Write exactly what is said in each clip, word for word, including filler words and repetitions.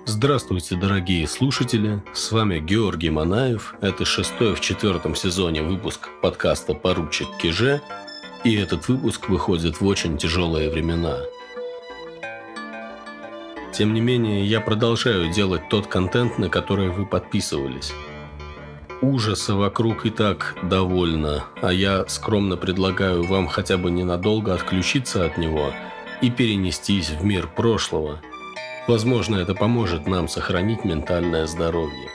Здравствуйте, дорогие слушатели, с вами Георгий Манаев, это шестой в четвертом сезоне выпуск подкаста «Поручик Киже», и этот выпуск выходит в очень тяжелые времена. Тем не менее, я продолжаю делать тот контент, на который вы подписывались. Ужаса вокруг и так довольно, а я скромно предлагаю вам хотя бы ненадолго отключиться от него и перенестись в мир прошлого. Возможно, это поможет нам сохранить ментальное здоровье.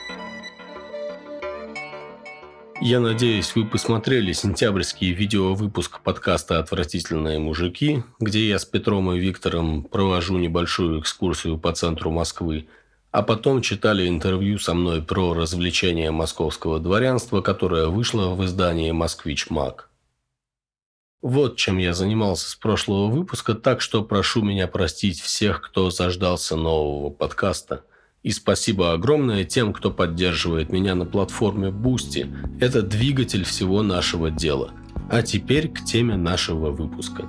Я надеюсь, вы посмотрели сентябрьский видеовыпуск подкаста «Отвратительные мужики», где я с Петром и Виктором провожу небольшую экскурсию по центру Москвы, а потом читали интервью со мной про развлечения московского дворянства, которое вышло в издании «Москвич Маг». Вот чем я занимался с прошлого выпуска, так что прошу меня простить всех, кто заждался нового подкаста. И спасибо огромное тем, кто поддерживает меня на платформе Boosty. Это двигатель всего нашего дела. А теперь к теме нашего выпуска.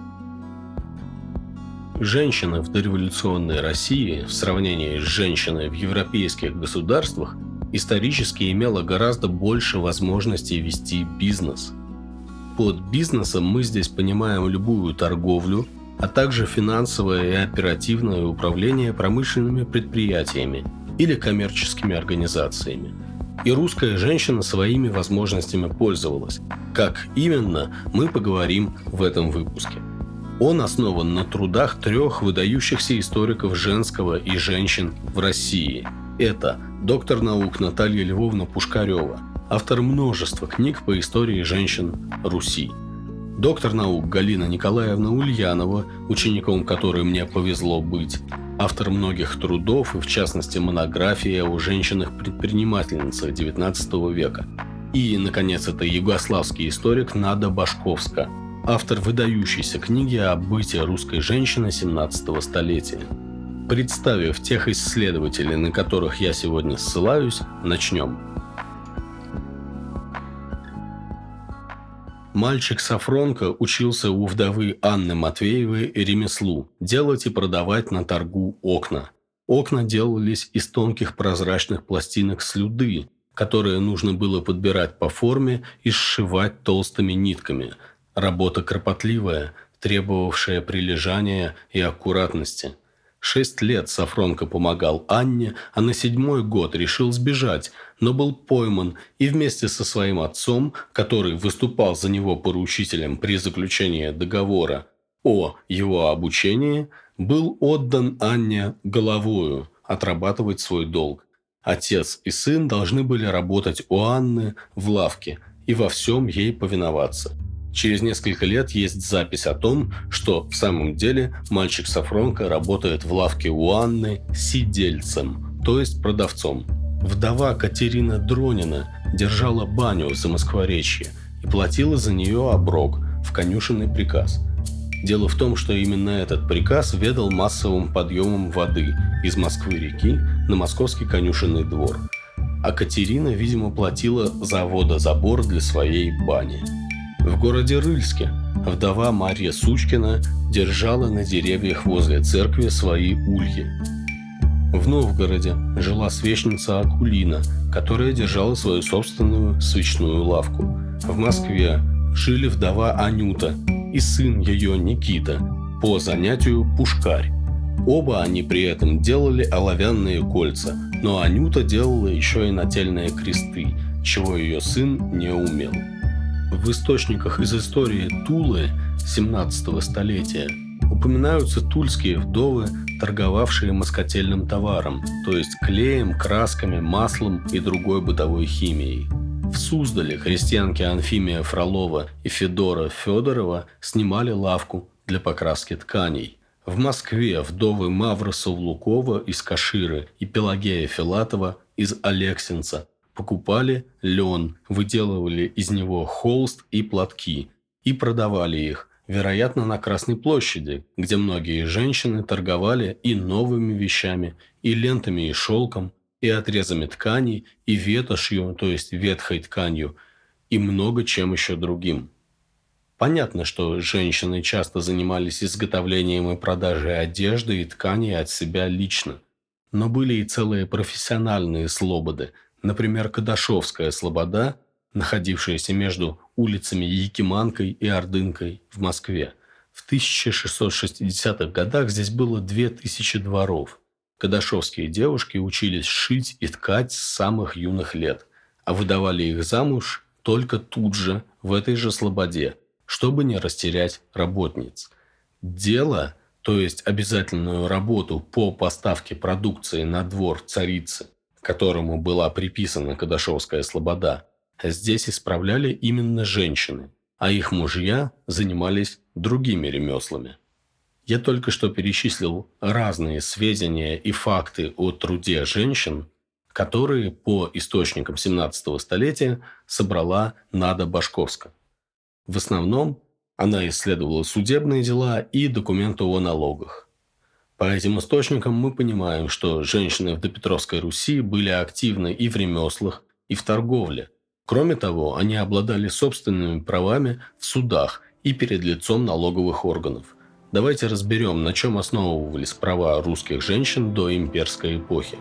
Женщина в дореволюционной России в сравнении с женщиной в европейских государствах исторически имела гораздо больше возможностей вести бизнес. Под бизнесом мы здесь понимаем любую торговлю, а также финансовое и оперативное управление промышленными предприятиями или коммерческими организациями. И русская женщина своими возможностями пользовалась. Как именно, мы поговорим в этом выпуске. Он основан на трудах трех выдающихся историков женского и женщин в России. Это доктор наук Наталья Львовна Пушкарева, автор множества книг по истории женщин Руси. Доктор наук Галина Николаевна Ульянова, учеником которой мне повезло быть. Автор многих трудов и, в частности, монография о женщинах-предпринимательницах девятнадцатого века. И, наконец, это югославский историк Нада Башковска, автор выдающейся книги о быте русской женщины семнадцатого столетия. Представив тех исследователей, на которых я сегодня ссылаюсь, начнем. Мальчик Сафронко учился у вдовы Анны Матвеевой ремеслу – делать и продавать на торгу окна. Окна делались из тонких прозрачных пластинок слюды, которые нужно было подбирать по форме и сшивать толстыми нитками. Работа кропотливая, требовавшая прилежания и аккуратности. Шесть лет Сафронко помогал Анне, а на седьмой год решил сбежать, но был пойман и вместе со своим отцом, который выступал за него поручителем при заключении договора о его обучении, был отдан Анне головою отрабатывать свой долг. Отец и сын должны были работать у Анны в лавке и во всем ей повиноваться. Через несколько лет есть запись о том, что в самом деле мальчик Сафронко работает в лавке у Анны сидельцем, то есть продавцом. Вдова Катерина Дронина держала баню за Москворечье и платила за нее оброк в конюшенный приказ. Дело в том, что именно этот приказ ведал массовым подъемом воды из Москвы-реки на московский конюшенный двор. А Катерина, видимо, платила за водозабор для своей бани. В городе Рыльске вдова Марья Сучкина держала на деревьях возле церкви свои ульи. В Новгороде жила свечница Акулина, которая держала свою собственную свечную лавку. В Москве жили вдова Анюта и сын ее Никита, по занятию пушкарь. Оба они при этом делали оловянные кольца, но Анюта делала еще и нательные кресты, чего ее сын не умел. В источниках из истории Тулы семнадцатого столетия упоминаются тульские вдовы, торговавшие москотельным товаром, то есть клеем, красками, маслом и другой бытовой химией. В Суздале крестьянки Анфимия Фролова и Федора Федорова снимали лавку для покраски тканей. В Москве вдовы Мавра Савлукова из Каширы и Пелагея Филатова из Алексинца покупали лен, выделывали из него холст и платки и продавали их, вероятно, на Красной площади, где многие женщины торговали и новыми вещами, и лентами и шелком, и отрезами тканей, и ветошью, то есть ветхой тканью, и много чем еще другим. Понятно, что женщины часто занимались изготовлением и продажей одежды и тканей от себя лично. Но были и целые профессиональные слободы, например, Кадашовская слобода, находившаяся между улицами Якиманкой и Ордынкой в Москве. В тысяча шестьсот шестидесятых годах здесь было две тысячи дворов. Кадашовские девушки учились шить и ткать с самых юных лет, а выдавали их замуж только тут же, в этой же слободе, чтобы не растерять работниц. Дело, то есть обязательную работу по поставке продукции на двор царицы, которому была приписана Кадашовская слобода, здесь исправляли именно женщины, а их мужья занимались другими ремеслами. Я только что перечислил разные сведения и факты о труде женщин, которые по источникам семнадцатого столетия собрала Нада Башковска. В основном она исследовала судебные дела и документы о налогах. По этим источникам мы понимаем, что женщины в допетровской Руси были активны и в ремеслах, и в торговле. Кроме того, они обладали собственными правами в судах и перед лицом налоговых органов. Давайте разберем, на чем основывались права русских женщин до имперской эпохи.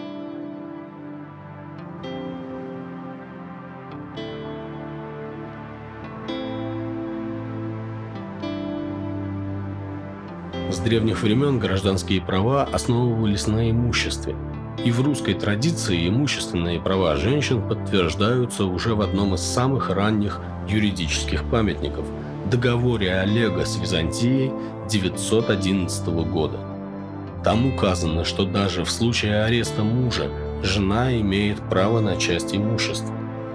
С древних времен гражданские права основывались на имуществе. И в русской традиции имущественные права женщин подтверждаются уже в одном из самых ранних юридических памятников – договоре Олега с Византией девятьсот одиннадцатого года. Там указано, что даже в случае ареста мужа жена имеет право на часть имущества.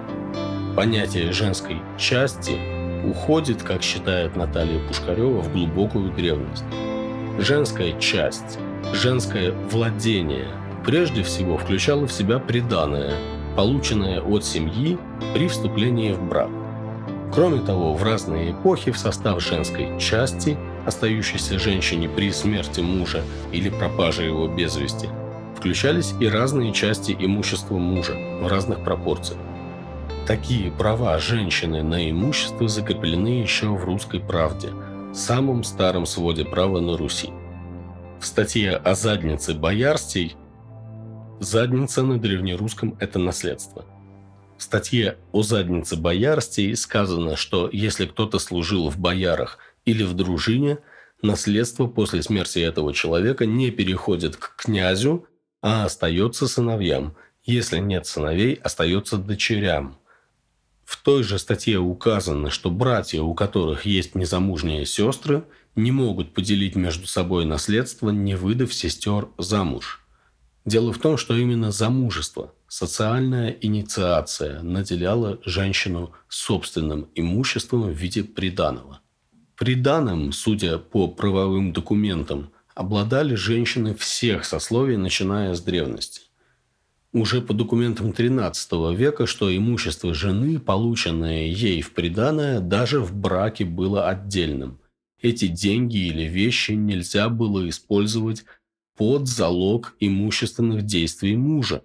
Понятие женской части уходит, как считает Наталья Пушкарева, в глубокую древность. Женская часть, женское владение прежде всего включало в себя приданое, полученное от семьи при вступлении в брак. Кроме того, в разные эпохи в состав женской части, остающейся женщине при смерти мужа или пропаже его без вести, включались и разные части имущества мужа в разных пропорциях. Такие права женщины на имущество закреплены еще в «Русской правде», самом старом своде права на Руси. В статье о заднице боярстей задница на древнерусском – это наследство. В статье о заднице боярстей сказано, что если кто-то служил в боярах или в дружине, наследство после смерти этого человека не переходит к князю, а остается сыновьям. Если нет сыновей, остается дочерям. В той же статье указано, что братья, у которых есть незамужние сестры, не могут поделить между собой наследство, не выдав сестер замуж. Дело в том, что именно замужество, социальная инициация наделяла женщину собственным имуществом в виде приданого. Приданым, судя по правовым документам, обладали женщины всех сословий, начиная с древности. Уже по документам тринадцатого века, что имущество жены, полученное ей в приданое, даже в браке было отдельным. Эти деньги или вещи нельзя было использовать под залог имущественных действий мужа.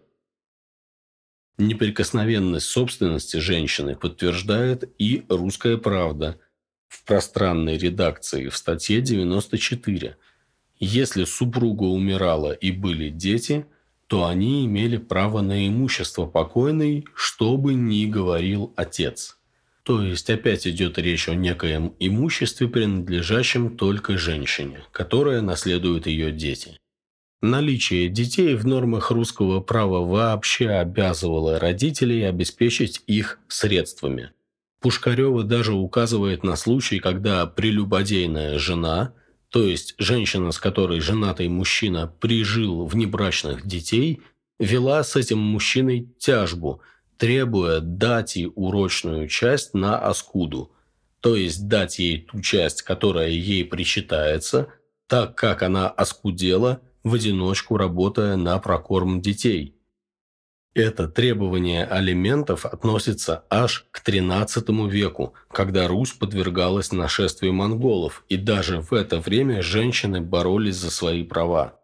Неприкосновенность собственности женщины подтверждает и «Русская правда» в пространной редакции в статье девяносто четыре. Если супруга умирала и были дети, то они имели право на имущество покойной, что бы ни говорил отец. То есть опять идет речь о некоем имуществе, принадлежащем только женщине, которая наследует ее дети. Наличие детей в нормах русского права вообще обязывало родителей обеспечить их средствами. Пушкарева даже указывает на случай, когда прелюбодейная жена, то есть женщина, с которой женатый мужчина прижил внебрачных детей, вела с этим мужчиной тяжбу, требуя дать ей урочную часть на оскуду, то есть дать ей ту часть, которая ей причитается, так как она оскудела, в одиночку работая на прокорм детей. Это требование алиментов относится аж к тринадцатому веку, когда Русь подвергалась нашествию монголов, и даже в это время женщины боролись за свои права.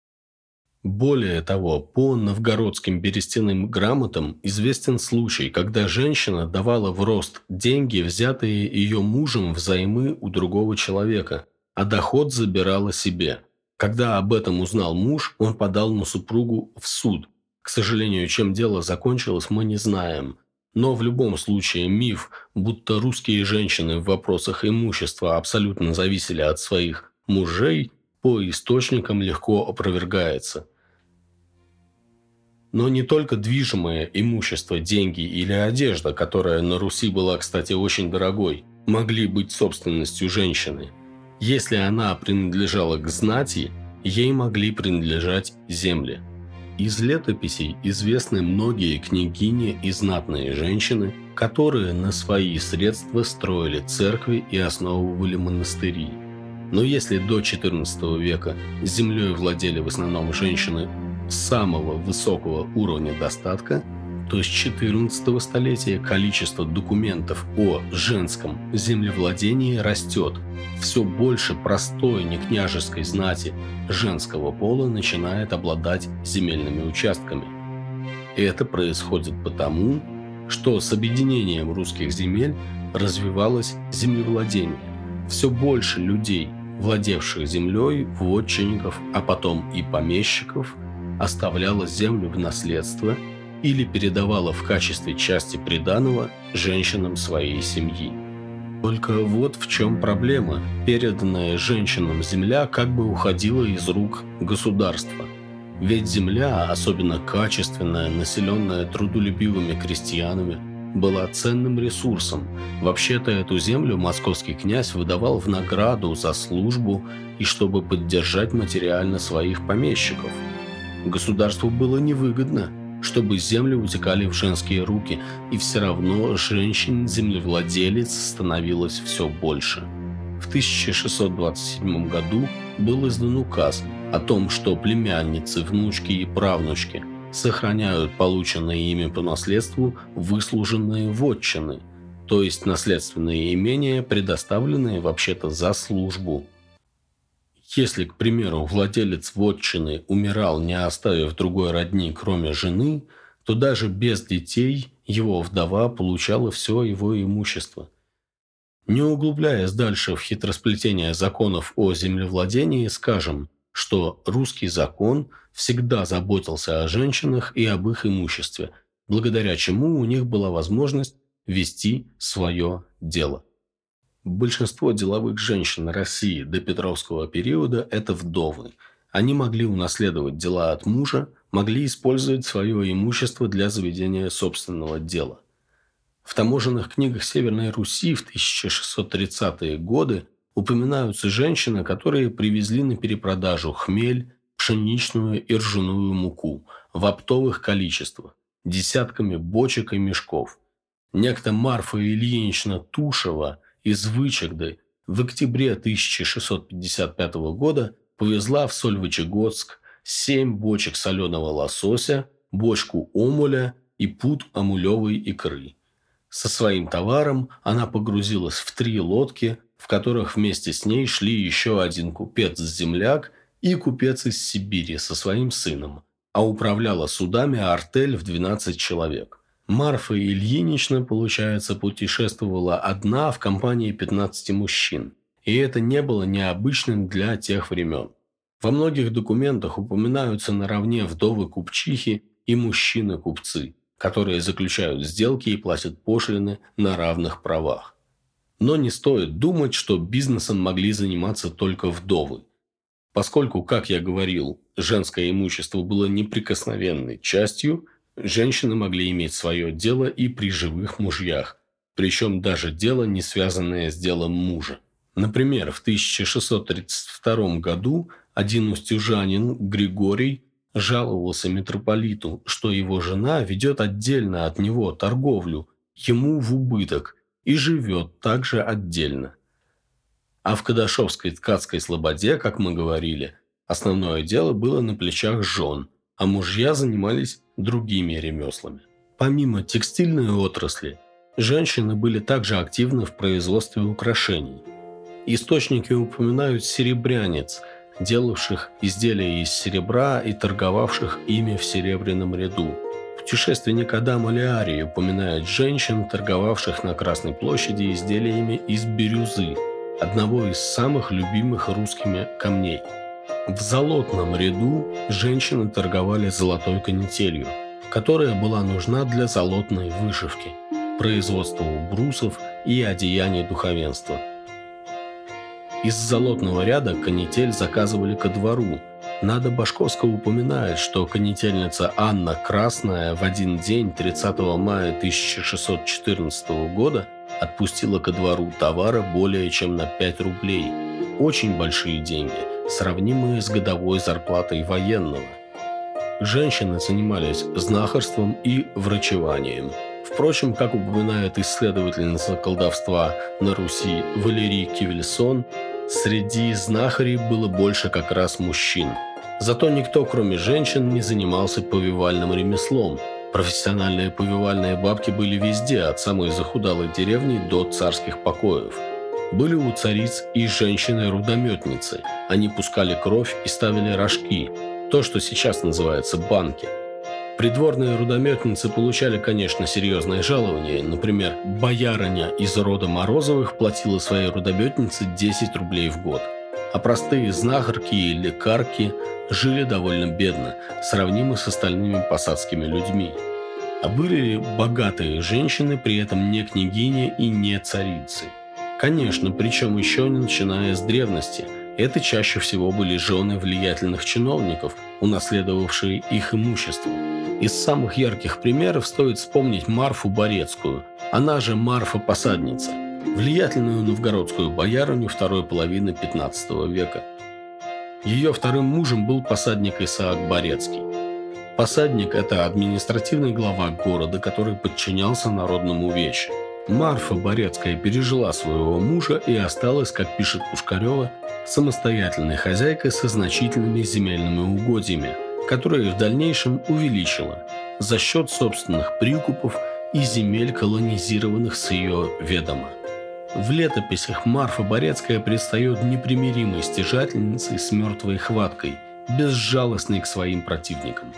Более того, по новгородским берестяным грамотам известен случай, когда женщина давала в рост деньги, взятые ее мужем взаймы у другого человека, а доход забирала себе. Когда об этом узнал муж, он подал на супругу в суд. К сожалению, чем дело закончилось, мы не знаем. Но в любом случае миф, будто русские женщины в вопросах имущества абсолютно зависели от своих мужей, по источникам легко опровергается. Но не только движимое имущество, деньги или одежда, которая на Руси была, кстати, очень дорогой, могли быть собственностью женщины. Если она принадлежала к знати, ей могли принадлежать земли. Из летописей известны многие княгини и знатные женщины, которые на свои средства строили церкви и основывали монастыри. Но если до четырнадцатого века землей владели в основном женщины самого высокого уровня достатка, то с четырнадцатого столетия количество документов о женском землевладении растет. Все больше простой некняжеской знати женского пола начинает обладать земельными участками. Это происходит потому, что с объединением русских земель развивалось землевладение. Все больше людей, владевших землей, вотчинников, а потом и помещиков, оставляла землю в наследство или передавала в качестве части приданого женщинам своей семьи. Только вот в чем проблема. Переданная женщинам земля как бы уходила из рук государства. Ведь земля, особенно качественная, населенная трудолюбивыми крестьянами, была ценным ресурсом. Вообще-то эту землю московский князь выдавал в награду за службу и чтобы поддержать материально своих помещиков. Государству было невыгодно, чтобы земли утекали в женские руки, и все равно женщин-землевладелец становилось все больше. В тысяча шестьсот двадцать седьмом году был издан указ о том, что племянницы, внучки и правнучки сохраняют полученные ими по наследству выслуженные вотчины, то есть наследственные имения, предоставленные вообще-то за службу. Если, к примеру, владелец вотчины умирал, не оставив другой родни, кроме жены, то даже без детей его вдова получала все его имущество. Не углубляясь дальше в хитросплетение законов о землевладении, скажем, что русский закон всегда заботился о женщинах и об их имуществе, благодаря чему у них была возможность вести свое дело. Большинство деловых женщин России до Петровского периода – это вдовы. Они могли унаследовать дела от мужа, могли использовать свое имущество для заведения собственного дела. В таможенных книгах Северной Руси в тысяча шестьсот тридцатые годы упоминаются женщины, которые привезли на перепродажу хмель, пшеничную и ржаную муку в оптовых количествах, десятками бочек и мешков. Некто Марфа Ильинична Тушева из Вычегды в октябре тысяча шестьсот пятьдесят пятого года повезла в Сольвычегодск семь бочек соленого лосося, бочку омуля и пуд амулевой икры. Со своим товаром она погрузилась в три лодки, в которых вместе с ней шли еще один купец-земляк и купец из Сибири со своим сыном, а управляла судами артель в двенадцать человек. Марфа Ильинична, получается, путешествовала одна в компании пятнадцати мужчин, и это не было необычным для тех времен. Во многих документах упоминаются наравне вдовы-купчихи и мужчины-купцы, которые заключают сделки и платят пошлины на равных правах. Но не стоит думать, что бизнесом могли заниматься только вдовы. Поскольку, как я говорил, женское имущество было неприкосновенной частью, женщины могли иметь свое дело и при живых мужьях, причем даже дело, не связанное с делом мужа. Например, в тысяча шестьсот тридцать втором году один устюжанин Григорий жаловался митрополиту, что его жена ведет отдельно от него торговлю, ему в убыток, и живет также отдельно. А в Кадашовской ткацкой слободе, как мы говорили, основное дело было на плечах жен, а мужья занимались другими ремеслами. Помимо текстильной отрасли, женщины были также активны в производстве украшений. Источники упоминают серебрянец, делавших изделия из серебра и торговавших ими в серебряном ряду. Путешественник Адам Алиарий упоминает женщин, торговавших на Красной площади изделиями из бирюзы, одного из самых любимых русскими камней. В Золотном ряду женщины торговали золотой канителью, которая была нужна для золотной вышивки, производства убрусов и одеяний духовенства. Из Золотного ряда канитель заказывали ко двору. Надо Башковского упоминает, что канительница Анна Красная в один день тридцатого мая тысяча шестьсот четырнадцатого года отпустила ко двору товара более чем на пять рублей. Очень большие деньги, сравнимые с годовой зарплатой военного. Женщины занимались знахарством и врачеванием. Впрочем, как упоминает исследовательница колдовства на Руси Валерий Кивельсон, среди знахарей было больше как раз мужчин. Зато никто, кроме женщин, не занимался повивальным ремеслом. Профессиональные повивальные бабки были везде, от самой захудалой деревни до царских покоев. Были у цариц и женщины-рудометницы. Они пускали кровь и ставили рожки, то, что сейчас называется банки. Придворные рудометницы получали, конечно, серьезное жалование. Например, боярыня из рода Морозовых платила своей рудометнице десять рублей в год. А простые знахарки и лекарки жили довольно бедно, сравнимо с остальными посадскими людьми. А были ли богатые женщины при этом не княгини и не царицы? Конечно, причем еще не начиная с древности. Это чаще всего были жены влиятельных чиновников, унаследовавшие их имущество. Из самых ярких примеров стоит вспомнить Марфу Борецкую, она же Марфа-посадница, влиятельную новгородскую боярыню второй половины пятнадцатого века. Ее вторым мужем был посадник Исаак Борецкий. Посадник – это административный глава города, который подчинялся народному вечу. Марфа Борецкая пережила своего мужа и осталась, как пишет Пушкарева, самостоятельной хозяйкой со значительными земельными угодьями, которые в дальнейшем увеличила за счет собственных прикупов и земель, колонизированных с ее ведома. В летописях Марфа Борецкая предстает непримиримой стяжательницей с мертвой хваткой, безжалостной к своим противникам.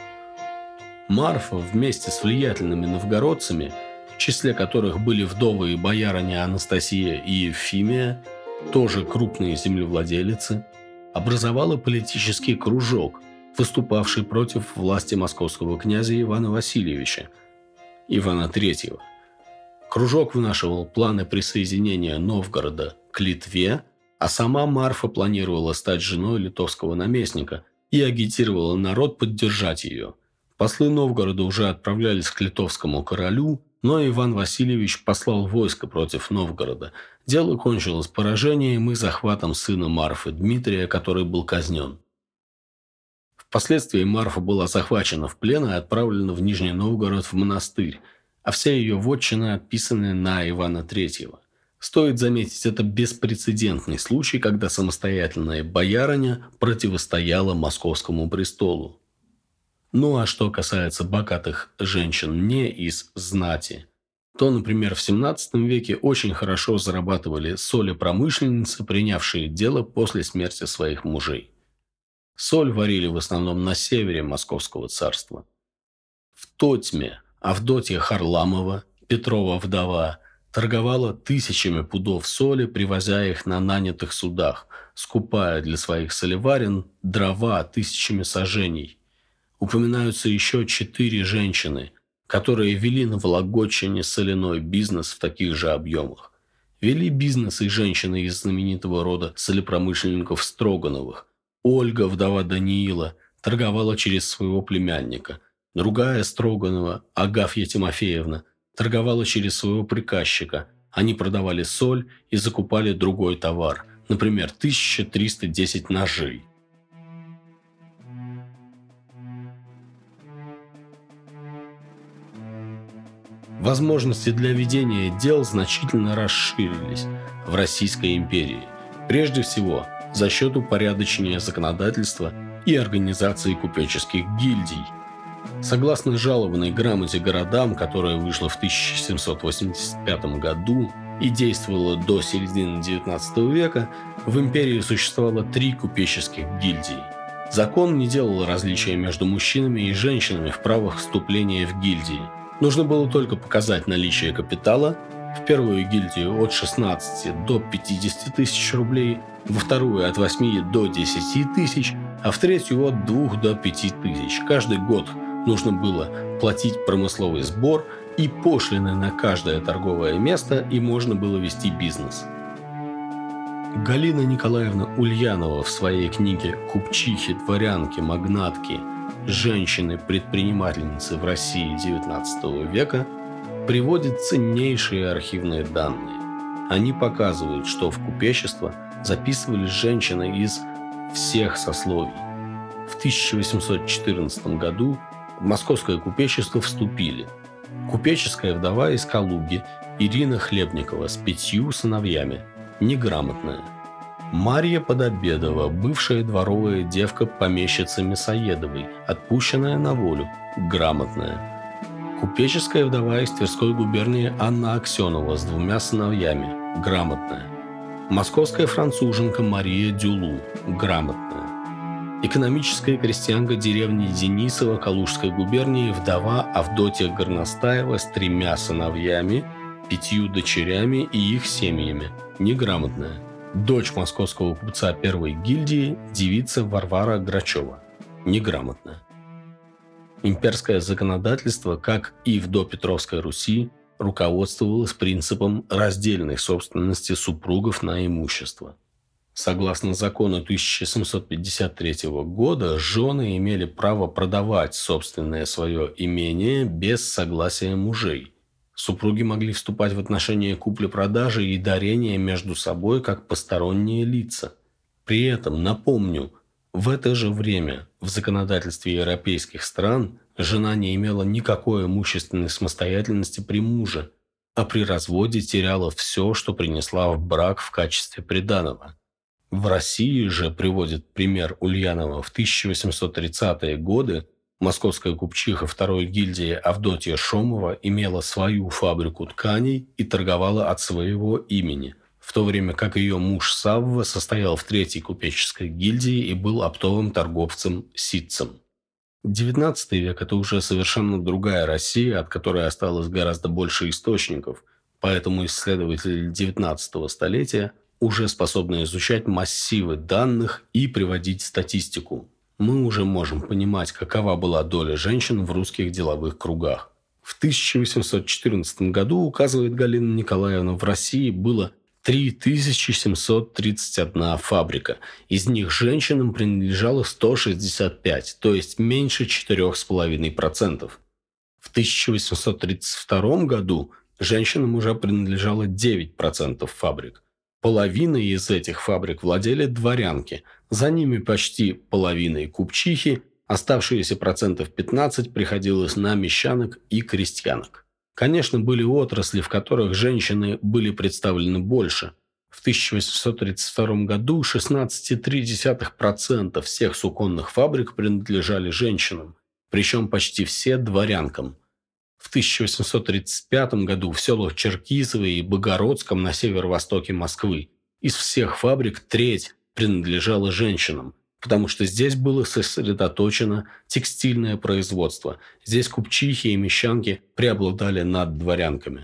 Марфа вместе с влиятельными новгородцами, в числе которых были вдовы и боярыня Анастасия и Евфимия, тоже крупные землевладелицы, образовала политический кружок, выступавший против власти московского князя Ивана Васильевича, Ивана Третьего. Кружок вынашивал планы присоединения Новгорода к Литве, а сама Марфа планировала стать женой литовского наместника и агитировала народ поддержать ее. Послы Новгорода уже отправлялись к литовскому королю, но Иван Васильевич послал войско против Новгорода. Дело кончилось поражением и захватом сына Марфы Дмитрия, который был казнен. Впоследствии Марфа была захвачена в плен и отправлена в Нижний Новгород в монастырь, а вся ее вотчина отписаны на Ивана Третьего. Стоит заметить, это беспрецедентный случай, когда самостоятельная боярыня противостояла московскому престолу. Ну а что касается богатых женщин не из знати, то, например, в семнадцатом веке очень хорошо зарабатывали солепромышленницы, принявшие дело после смерти своих мужей. Соль варили в основном на севере Московского царства. В Тотьме Авдотья Харламова, Петрова вдова, торговала тысячами пудов соли, привозя их на нанятых судах, скупая для своих солеварен дрова тысячами саженей. Упоминаются еще четыре женщины, которые вели на Вологодчине соляной бизнес в таких же объемах. Вели бизнес и женщины из знаменитого рода солепромышленников Строгановых. Ольга, вдова Даниила, торговала через своего племянника. Другая Строганова, Агафья Тимофеевна, торговала через своего приказчика. Они продавали соль и закупали другой товар, например, тысяча триста десять ножей. Возможности для ведения дел значительно расширились в Российской империи. Прежде всего, за счет упорядочения законодательства и организации купеческих гильдий. Согласно жалованной грамоте городам, которая вышла в тысяча семьсот восемьдесят пятом году и действовала до середины девятнадцатого века, в империи существовало три купеческих гильдии. Закон не делал различия между мужчинами и женщинами в правах вступления в гильдии. Нужно было только показать наличие капитала, в первую гильдию от шестнадцати до пятидесяти тысяч рублей, во вторую от восьми до десяти тысяч, а в третью от двух до пяти тысяч. Каждый год нужно было платить промысловый сбор и пошлины на каждое торговое место, и можно было вести бизнес. Галина Николаевна Ульянова в своей книге «Купчихи, дворянки, магнатки. Женщины-предпринимательницы в России девятнадцатого века» приводит ценнейшие архивные данные. Они показывают, что в купечество записывались женщины из всех сословий. В тысяча восемьсот четырнадцатом году в московское купечество вступили купеческая вдова из Калуги Ирина Хлебникова с пятью сыновьями, неграмотная; Марья Подобедова, бывшая дворовая девка помещицы Мясоедовой, отпущенная на волю, грамотная; купеческая вдова из Тверской губернии Анна Аксенова с двумя сыновьями, грамотная; московская француженка Мария Дюлу, грамотная; экономическая крестьянка деревни Денисово Калужской губернии вдова Авдотья Горностаева с тремя сыновьями, пятью дочерями и их семьями, неграмотная; дочь московского купца первой гильдии, девица Варвара Грачева, неграмотная. Имперское законодательство, как и в допетровской Руси, руководствовалось принципом раздельной собственности супругов на имущество. Согласно закону тысяча семьсот пятьдесят третьего года, жены имели право продавать собственное свое имение без согласия мужей. Супруги могли вступать в отношения купли-продажи и дарения между собой как посторонние лица. При этом, напомню, в это же время в законодательстве европейских стран жена не имела никакой имущественной самостоятельности при муже, а при разводе теряла все, что принесла в брак в качестве приданого. В России же, приводит пример Ульянова, в тысяча восемьсот тридцатые годы московская купчиха второй гильдии Авдотья Шомова имела свою фабрику тканей и торговала от своего имени, в то время как ее муж Савва состоял в третьей купеческой гильдии и был оптовым торговцем-ситцем. девятнадцатый век – это уже совершенно другая Россия, от которой осталось гораздо больше источников, поэтому исследователи девятнадцатого столетия уже способны изучать массивы данных и приводить статистику. Мы уже можем понимать, какова была доля женщин в русских деловых кругах. В тысяча восемьсот четырнадцатом году, указывает Галина Николаевна, в России было три тысячи семьсот тридцать одна фабрика. Из них женщинам принадлежало сто шестьдесят пять, то есть меньше четыре целых пять десятых процента. В тысяча восемьсот тридцать втором году женщинам уже принадлежало девять процентов фабрик. Половиной из этих фабрик владели дворянки, за ними почти половиной купчихи, оставшиеся процентов пятнадцать приходилось на мещанок и крестьянок. Конечно, были отрасли, в которых женщины были представлены больше. В тысяча восемьсот тридцать втором году шестнадцать целых три десятых процента всех суконных фабрик принадлежали женщинам, причем почти все дворянкам. В тысяча восемьсот тридцать пятом году в селах Черкизово и Богородском на северо-востоке Москвы из всех фабрик треть принадлежала женщинам, потому что здесь было сосредоточено текстильное производство. Здесь купчихи и мещанки преобладали над дворянками.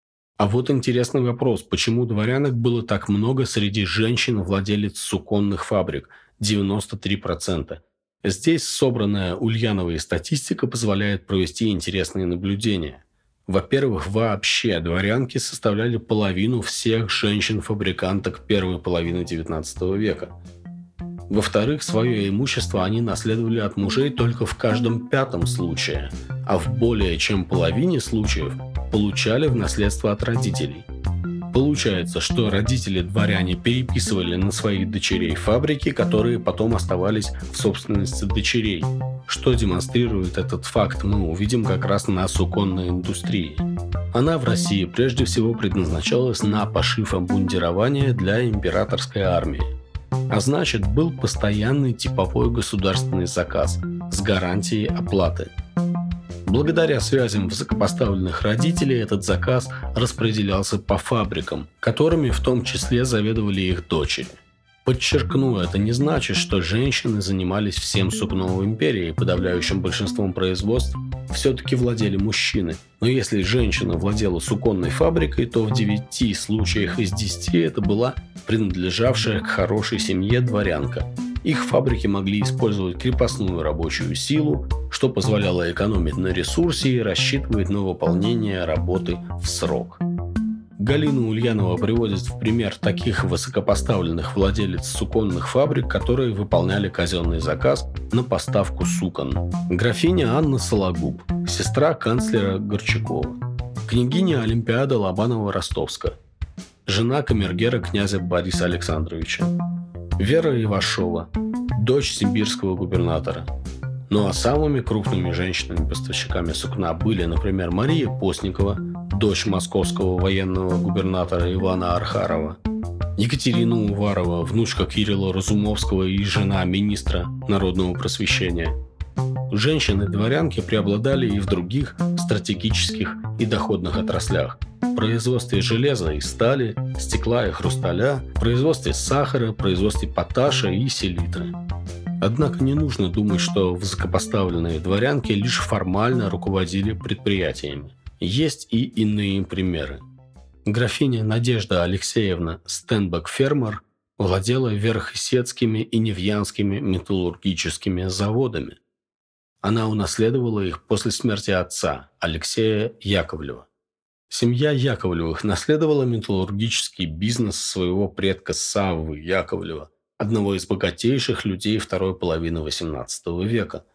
А вот интересный вопрос, почему дворянок было так много среди женщин-владелец суконных фабрик – девяносто три процента. Здесь собранная Ульяновой статистика позволяет провести интересные наблюдения. Во-первых, вообще дворянки составляли половину всех женщин-фабриканток первой половины девятнадцатого века. Во-вторых, свое имущество они наследовали от мужей только в каждом пятом случае, а в более чем половине случаев получали в наследство от родителей. Получается, что родители-дворяне переписывали на своих дочерей фабрики, которые потом оставались в собственности дочерей. Что демонстрирует этот факт, мы увидим как раз на суконной индустрии. Она в России прежде всего предназначалась на пошив обмундирования для императорской армии. А значит, был постоянный типовой государственный заказ с гарантией оплаты. Благодаря связям высокопоставленных родителей этот заказ распределялся по фабрикам, которыми в том числе заведовали их дочери. Подчеркну, это не значит, что женщины занимались всем сукном в империи, и подавляющим большинством производств все-таки владели мужчины. Но если женщина владела суконной фабрикой, то в девяти случаях из десяти это была принадлежавшая к хорошей семье дворянка. Их фабрики могли использовать крепостную рабочую силу, что позволяло экономить на ресурсе и рассчитывать на выполнение работы в срок. Галина Ульянова приводит в пример таких высокопоставленных владелец суконных фабрик, которые выполняли казенный заказ на поставку сукон. Графиня Анна Сологуб, сестра канцлера Горчакова. Княгиня Олимпиада Лобанова-Ростовская, жена камергера князя Бориса Александровича. Вера Ивашова, дочь симбирского губернатора. Ну а самыми крупными женщинами-поставщиками сукна были, например, Мария Постникова, дочь московского военного губернатора Ивана Архарова, Екатерина Уварова, внучка Кирилла Разумовского и жена министра народного просвещения. Женщины-дворянки преобладали и в других стратегических и доходных отраслях. В производстве железа и стали, стекла и хрусталя, в производстве сахара, производстве поташа и селитры. Однако не нужно думать, что высокопоставленные дворянки лишь формально руководили предприятиями. Есть и иные примеры. Графиня Надежда Алексеевна Стенбек-Фермер владела Верхесецкими и Невьянскими металлургическими заводами. Она унаследовала их после смерти отца, Алексея Яковлева. Семья Яковлевых наследовала металлургический бизнес своего предка Саввы Яковлева, одного из богатейших людей второй половины восемнадцатого века.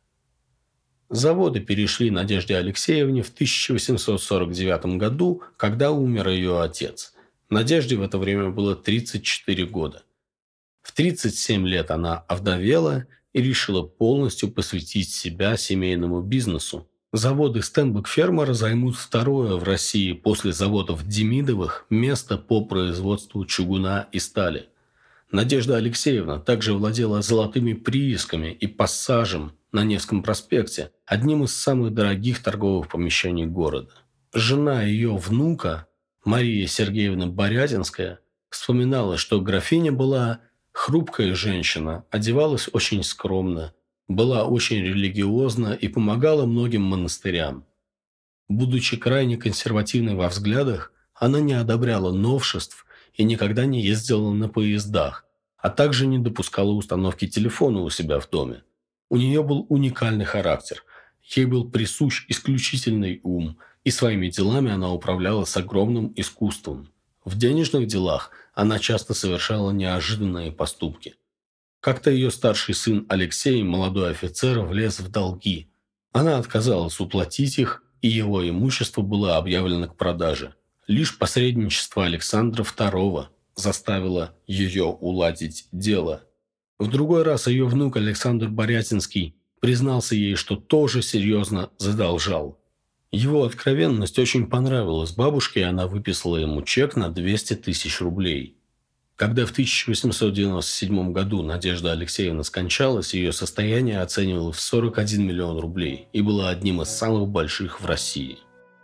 Заводы перешли Надежде Алексеевне в тысяча восемьсот сорок девятом году, когда умер ее отец. Надежде в это время было тридцать четыре года. В тридцать семь лет она овдовела и решила полностью посвятить себя семейному бизнесу. Заводы Стенбек-Фермера займут второе в России после заводов Демидовых место по производству чугуна и стали. Надежда Алексеевна также владела золотыми приисками и пассажем на Невском проспекте, одним из самых дорогих торговых помещений города. Жена ее внука, Мария Сергеевна Борятинская, вспоминала, что графиня была хрупкая женщина, одевалась очень скромно, была очень религиозна и помогала многим монастырям. Будучи крайне консервативной во взглядах, она не одобряла новшеств и никогда не ездила на поездах, а также не допускала установки телефона у себя в доме. У нее был уникальный характер, ей был присущ исключительный ум, и своими делами она управляла с огромным искусством. В денежных делах она часто совершала неожиданные поступки. Как-то ее старший сын Алексей, молодой офицер, влез в долги. Она отказалась уплатить их, и его имущество было объявлено к продаже. Лишь посредничество Александра второго заставило ее уладить дело. В другой раз ее внук Александр Борятинский признался ей, что тоже серьезно задолжал. Его откровенность очень понравилась бабушке, и она выписала ему чек на двести тысяч рублей. Когда в тысяча восемьсот девяносто седьмом году Надежда Алексеевна скончалась, ее состояние оценивалось в сорок один миллион рублей и было одним из самых больших в России.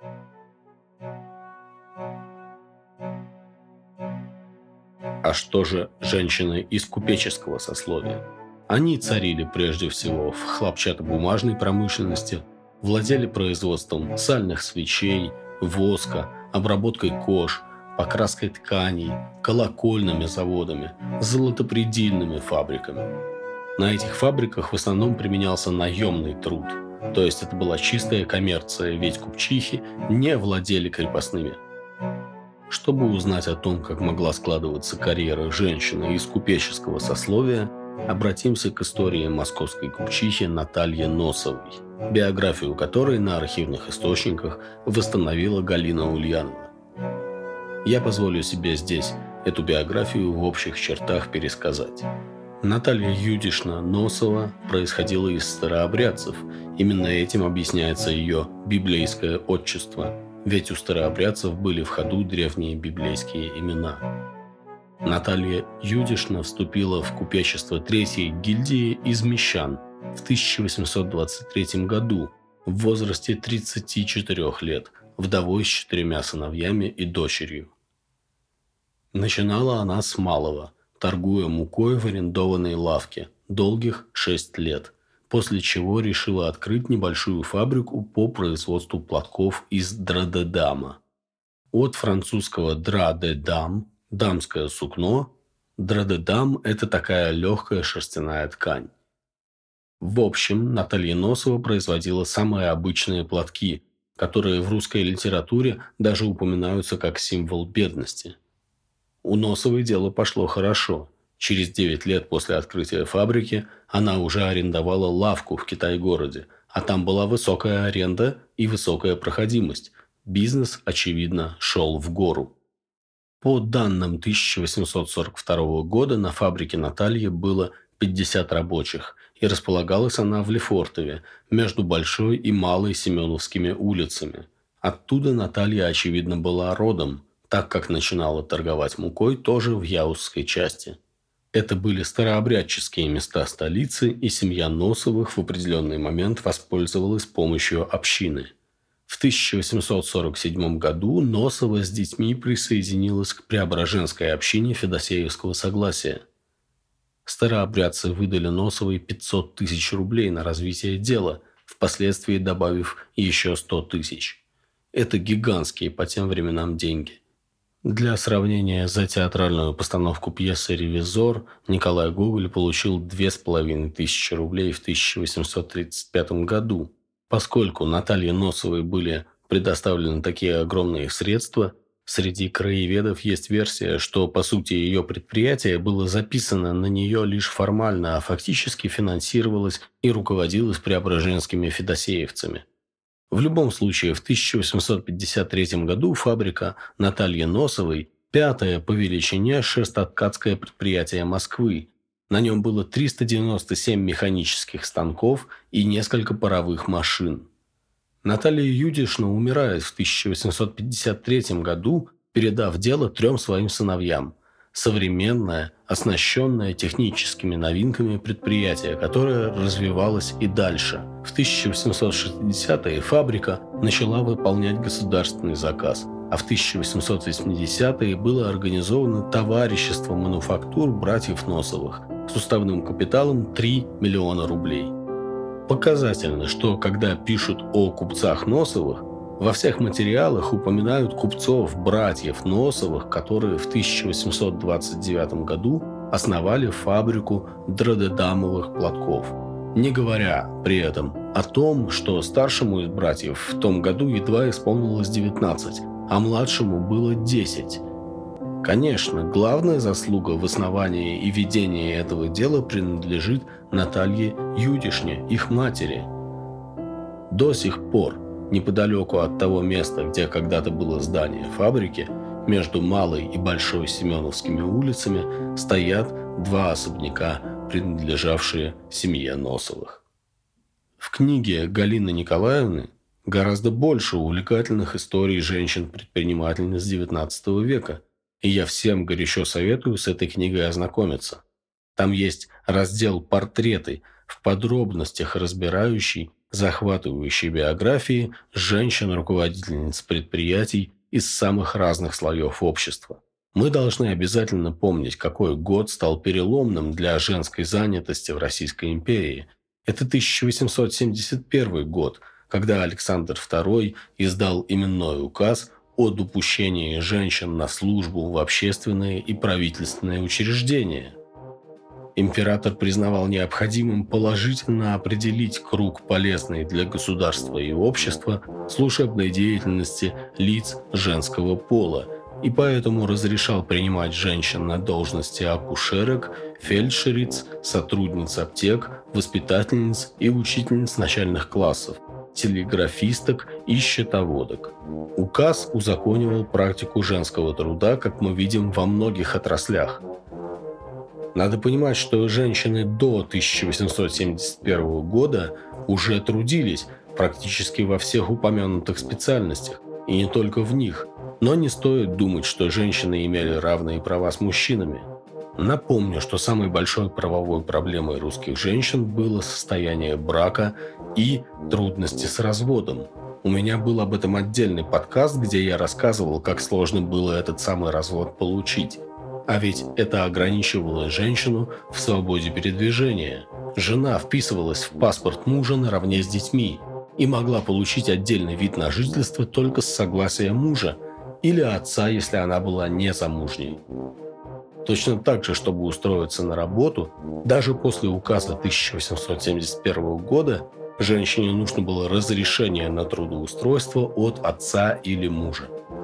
А что же женщины из купеческого сословия? Они царили прежде всего в хлопчатобумажной промышленности, владели производством сальных свечей, воска, обработкой кож, покраской тканей, колокольными заводами, золотопредельными фабриками. На этих фабриках в основном применялся наемный труд, то есть это была чистая коммерция, ведь купчихи не владели крепостными. Чтобы узнать о том, как могла складываться карьера женщины из купеческого сословия, обратимся к истории московской купчихи Натальи Носовой, биографию которой на архивных источниках восстановила Галина Ульянова. Я позволю себе здесь эту биографию в общих чертах пересказать. Наталья Юдишна Носова происходила из старообрядцев. Именно этим объясняется ее библейское отчество, ведь у старообрядцев были в ходу древние библейские имена. Наталья Юдишна вступила в купечество третьей гильдии из мещан в тысяча восемьсот двадцать третьем году в возрасте тридцати четырёх лет, вдовой с четырьмя сыновьями и дочерью. Начинала она с малого, торгуя мукой в арендованной лавке, долгих шесть лет, после чего решила открыть небольшую фабрику по производству платков из дрэ-де-дама. От французского «дра-де-дам» – дамское сукно, Дредедам – это такая легкая шерстяная ткань. В общем, Наталья Носова производила самые обычные платки, которые в русской литературе даже упоминаются как символ бедности. У Носовой дело пошло хорошо. Через девять лет после открытия фабрики она уже арендовала лавку в Китай-городе, а там была высокая аренда и высокая проходимость. Бизнес, очевидно, шел в гору. По данным тысяча восемьсот сорок второго года на фабрике Натальи было пятьдесят рабочих, и располагалась она в Лефортове, между Большой и Малой Семеновскими улицами. Оттуда Наталья, очевидно, была родом, так как начинала торговать мукой тоже в Яузской части. Это были старообрядческие места столицы, и семья Носовых в определенный момент воспользовалась помощью общины. В тысяча восемьсот сорок седьмом году Носова с детьми присоединилась к Преображенской общине Федосеевского согласия. Старообрядцы выдали Носовой пятьсот тысяч рублей на развитие дела, впоследствии добавив еще сто тысяч. Это гигантские по тем временам деньги. Для сравнения, за театральную постановку пьесы «Ревизор» Николай Гоголь получил две с половиной тысячи рублей в тысяча восемьсот тридцать пятом году. Поскольку Наталье Носовой были предоставлены такие огромные средства, среди краеведов есть версия, что, по сути, ее предприятие было записано на нее лишь формально, а фактически финансировалось и руководилось преображенскими федосеевцами. В любом случае, в тысяча восемьсот пятьдесят третьем году фабрика Натальи Носовой – пятое по величине шерстоткацкое предприятие Москвы. На нем было триста девяносто семь механических станков и несколько паровых машин. Наталья Юдишна умирает в тысяча восемьсот пятьдесят третьем году, передав дело трем своим сыновьям. Современное, оснащенное техническими новинками предприятие, которое развивалось и дальше. В тысяча восемьсот шестидесятые фабрика начала выполнять государственный заказ, а в тысяча восемьсот восьмидесятые было организовано товарищество мануфактур братьев Носовых с уставным капиталом три миллиона рублей. Показательно, что когда пишут о купцах Носовых, во всех материалах упоминают купцов, братьев Носовых, которые в тысяча восемьсот двадцать девятом году основали фабрику дредедамовых платков, не говоря при этом о том, что старшему из братьев в том году едва исполнилось девятнадцать, а младшему было десять. Конечно, главная заслуга в основании и ведении этого дела принадлежит Наталье Юдишне, их матери. До сих пор неподалеку от того места, где когда-то было здание фабрики, между Малой и Большой Семеновскими улицами стоят два особняка, принадлежавшие семье Носовых. В книге Галины Николаевны гораздо больше увлекательных историй женщин-предпринимательниц девятнадцатого века, и я всем горячо советую с этой книгой ознакомиться. Там есть раздел «Портреты», в подробностях разбирающий захватывающие биографии женщин-руководительниц предприятий из самых разных слоев общества. Мы должны обязательно помнить, какой год стал переломным для женской занятости в Российской империи. Это тысяча восемьсот семьдесят первый год, когда Александр второй издал именной указ о допущении женщин на службу в общественные и правительственные учреждения. Император признавал необходимым положительно определить круг полезный для государства и общества служебной деятельности лиц женского пола, и поэтому разрешал принимать женщин на должности акушерок, фельдшериц, сотрудниц аптек, воспитательниц и учительниц начальных классов, телеграфисток и счетоводок. Указ узаконивал практику женского труда, как мы видим во многих отраслях. Надо понимать, что женщины до тысяча восемьсот семьдесят первого года уже трудились практически во всех упомянутых специальностях, и не только в них. Но не стоит думать, что женщины имели равные права с мужчинами. Напомню, что самой большой правовой проблемой русских женщин было состояние брака и трудности с разводом. У меня был об этом отдельный подкаст, где я рассказывал, как сложно было этот самый развод получить. А ведь это ограничивало женщину в свободе передвижения. Жена вписывалась в паспорт мужа наравне с детьми и могла получить отдельный вид на жительство только с согласия мужа или отца, если она была незамужней. Точно так же, чтобы устроиться на работу, даже после указа тысяча восемьсот семьдесят первого года женщине нужно было разрешение на трудоустройство от отца или мужа.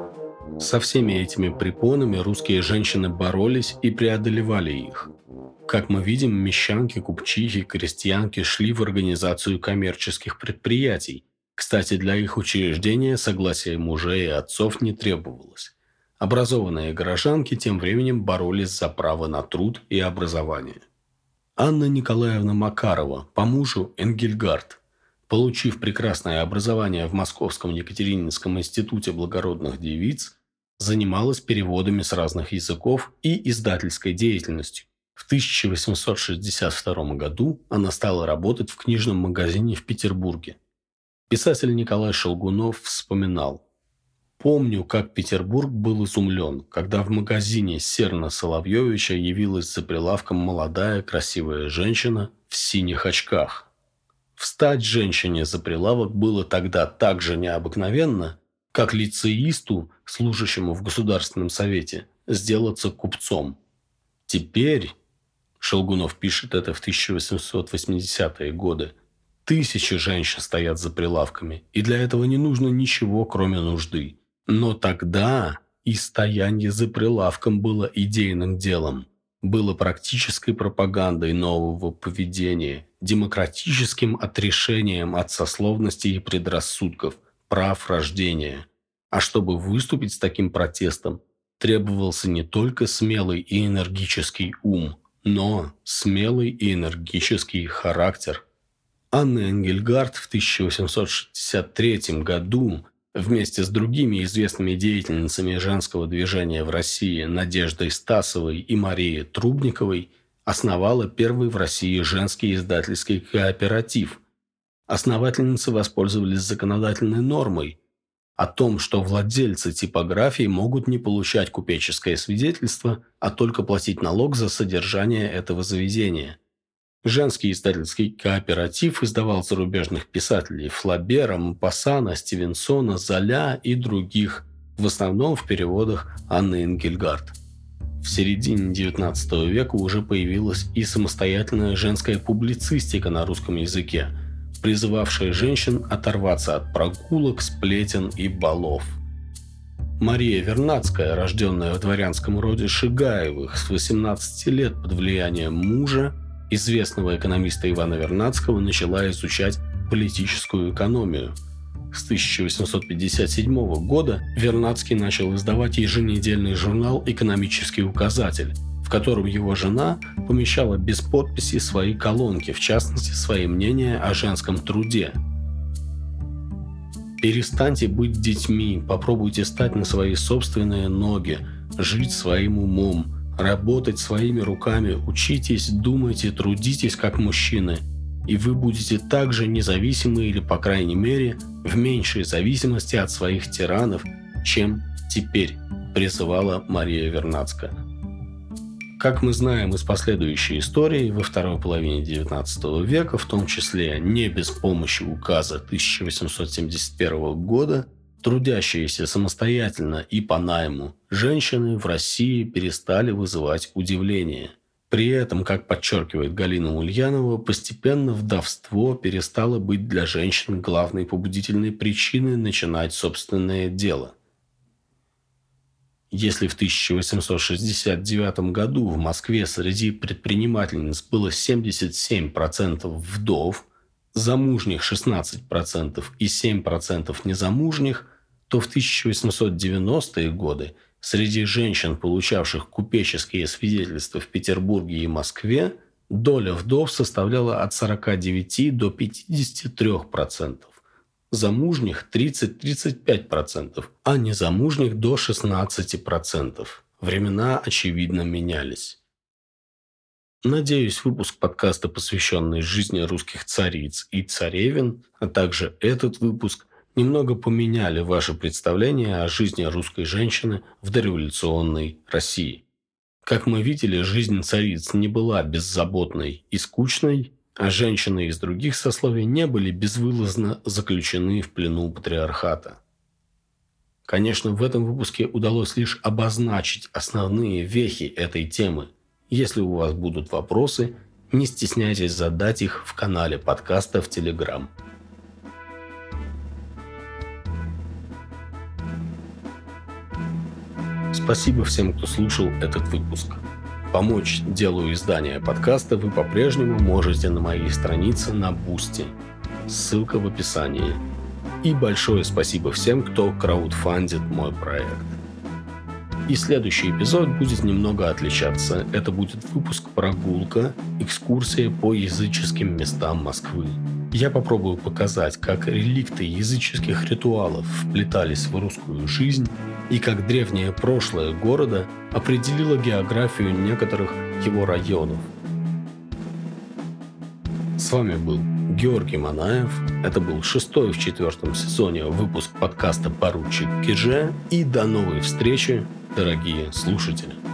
Со всеми этими препонами русские женщины боролись и преодолевали их. Как мы видим, мещанки, купчихи, крестьянки шли в организацию коммерческих предприятий. Кстати, для их учреждения согласия мужей и отцов не требовалось. Образованные горожанки тем временем боролись за право на труд и образование. Анна Николаевна Макарова, по мужу Энгельгард, получив прекрасное образование в Московском Екатерининском институте благородных девиц, занималась переводами с разных языков и издательской деятельностью. В тысяча восемьсот шестьдесят втором году она стала работать в книжном магазине в Петербурге. Писатель Николай Шелгунов вспоминал: «Помню, как Петербург был изумлен, когда в магазине Серна Соловьевича явилась за прилавком молодая красивая женщина в синих очках. Встать женщине за прилавок было тогда так же необыкновенно, как лицеисту, служащему в Государственном совете, сделаться купцом. Теперь, Шелгунов пишет это в тысяча восемьсот восьмидесятые годы, тысячи женщин стоят за прилавками, и для этого не нужно ничего, кроме нужды. Но тогда и стояние за прилавком было идейным делом, было практической пропагандой нового поведения, демократическим отрешением от сословности и предрассудков, прав рождения. А чтобы выступить с таким протестом, требовался не только смелый и энергический ум, но смелый и энергический характер. Анна Энгельгард в тысяча восемьсот шестьдесят третьем году вместе с другими известными деятельницами женского движения в России Надеждой Стасовой и Марией Трубниковой основала первый в России женский издательский кооператив. Основательницы воспользовались законодательной нормой о том, что владельцы типографий могут не получать купеческое свидетельство, а только платить налог за содержание этого заведения. Женский издательский кооператив издавал зарубежных писателей Флабера, Мопассана, Стивенсона, Золя и других, в основном в переводах Анны Энгельгард. В середине девятнадцатого века уже появилась и самостоятельная женская публицистика на русском языке, призывавшая женщин оторваться от прогулок, сплетен и балов. Мария Вернадская, рожденная в дворянском роде Шигаевых, с восемнадцати лет под влиянием мужа, известного экономиста Ивана Вернадского, начала изучать политическую экономию. С тысяча восемьсот пятьдесят седьмого года Вернадский начал издавать еженедельный журнал «Экономический указатель», в котором его жена помещала без подписи свои колонки, в частности, свои мнения о женском труде. «Перестаньте быть детьми, попробуйте стать на свои собственные ноги, жить своим умом, работать своими руками, учитесь, думайте, трудитесь как мужчины, и вы будете так же независимы или, по крайней мере, в меньшей зависимости от своих тиранов, чем теперь», призывала Мария Вернадская. Как мы знаем из последующей истории, во второй половине девятнадцатого века, в том числе не без помощи указа тысяча восемьсот семьдесят первого года, трудящиеся самостоятельно и по найму женщины в России перестали вызывать удивление. При этом, как подчеркивает Галина Ульянова, постепенно вдовство перестало быть для женщин главной побудительной причиной начинать собственное дело. Если в тысяча восемьсот шестьдесят девятом году в Москве среди предпринимательниц было семьдесят семь процентов вдов, замужних шестнадцать процентов и семь процентов незамужних, то в тысяча восемьсот девяностые годы среди женщин, получавших купеческие свидетельства в Петербурге и Москве, доля вдов составляла от сорока девяти до пятидесяти трёх процентов. Замужних – тридцать-тридцать пять процентов, а незамужних – до шестнадцати процентов. Времена, очевидно, менялись. Надеюсь, выпуск подкаста, посвященный жизни русских цариц и царевен, а также этот выпуск, немного поменяли ваше представление о жизни русской женщины в дореволюционной России. Как мы видели, жизнь цариц не была беззаботной и скучной, а женщины из других сословий не были безвылазно заключены в плену патриархата. Конечно, в этом выпуске удалось лишь обозначить основные вехи этой темы. Если у вас будут вопросы, не стесняйтесь задать их в канале подкаста в Telegram. Спасибо всем, кто слушал этот выпуск. Помочь делу издания подкаста вы по-прежнему можете на моей странице на Boosty. Ссылка в описании. И большое спасибо всем, кто краудфандит мой проект. И следующий эпизод будет немного отличаться. Это будет выпуск-прогулка, экскурсия по языческим местам Москвы. Я попробую показать, как реликты языческих ритуалов вплетались в русскую жизнь и как древнее прошлое города определило географию некоторых его районов. С вами был Георгий Манаев. Это был шестой в четвертом сезоне выпуск подкаста «Поручик Кидже». И до новой встречи, дорогие слушатели.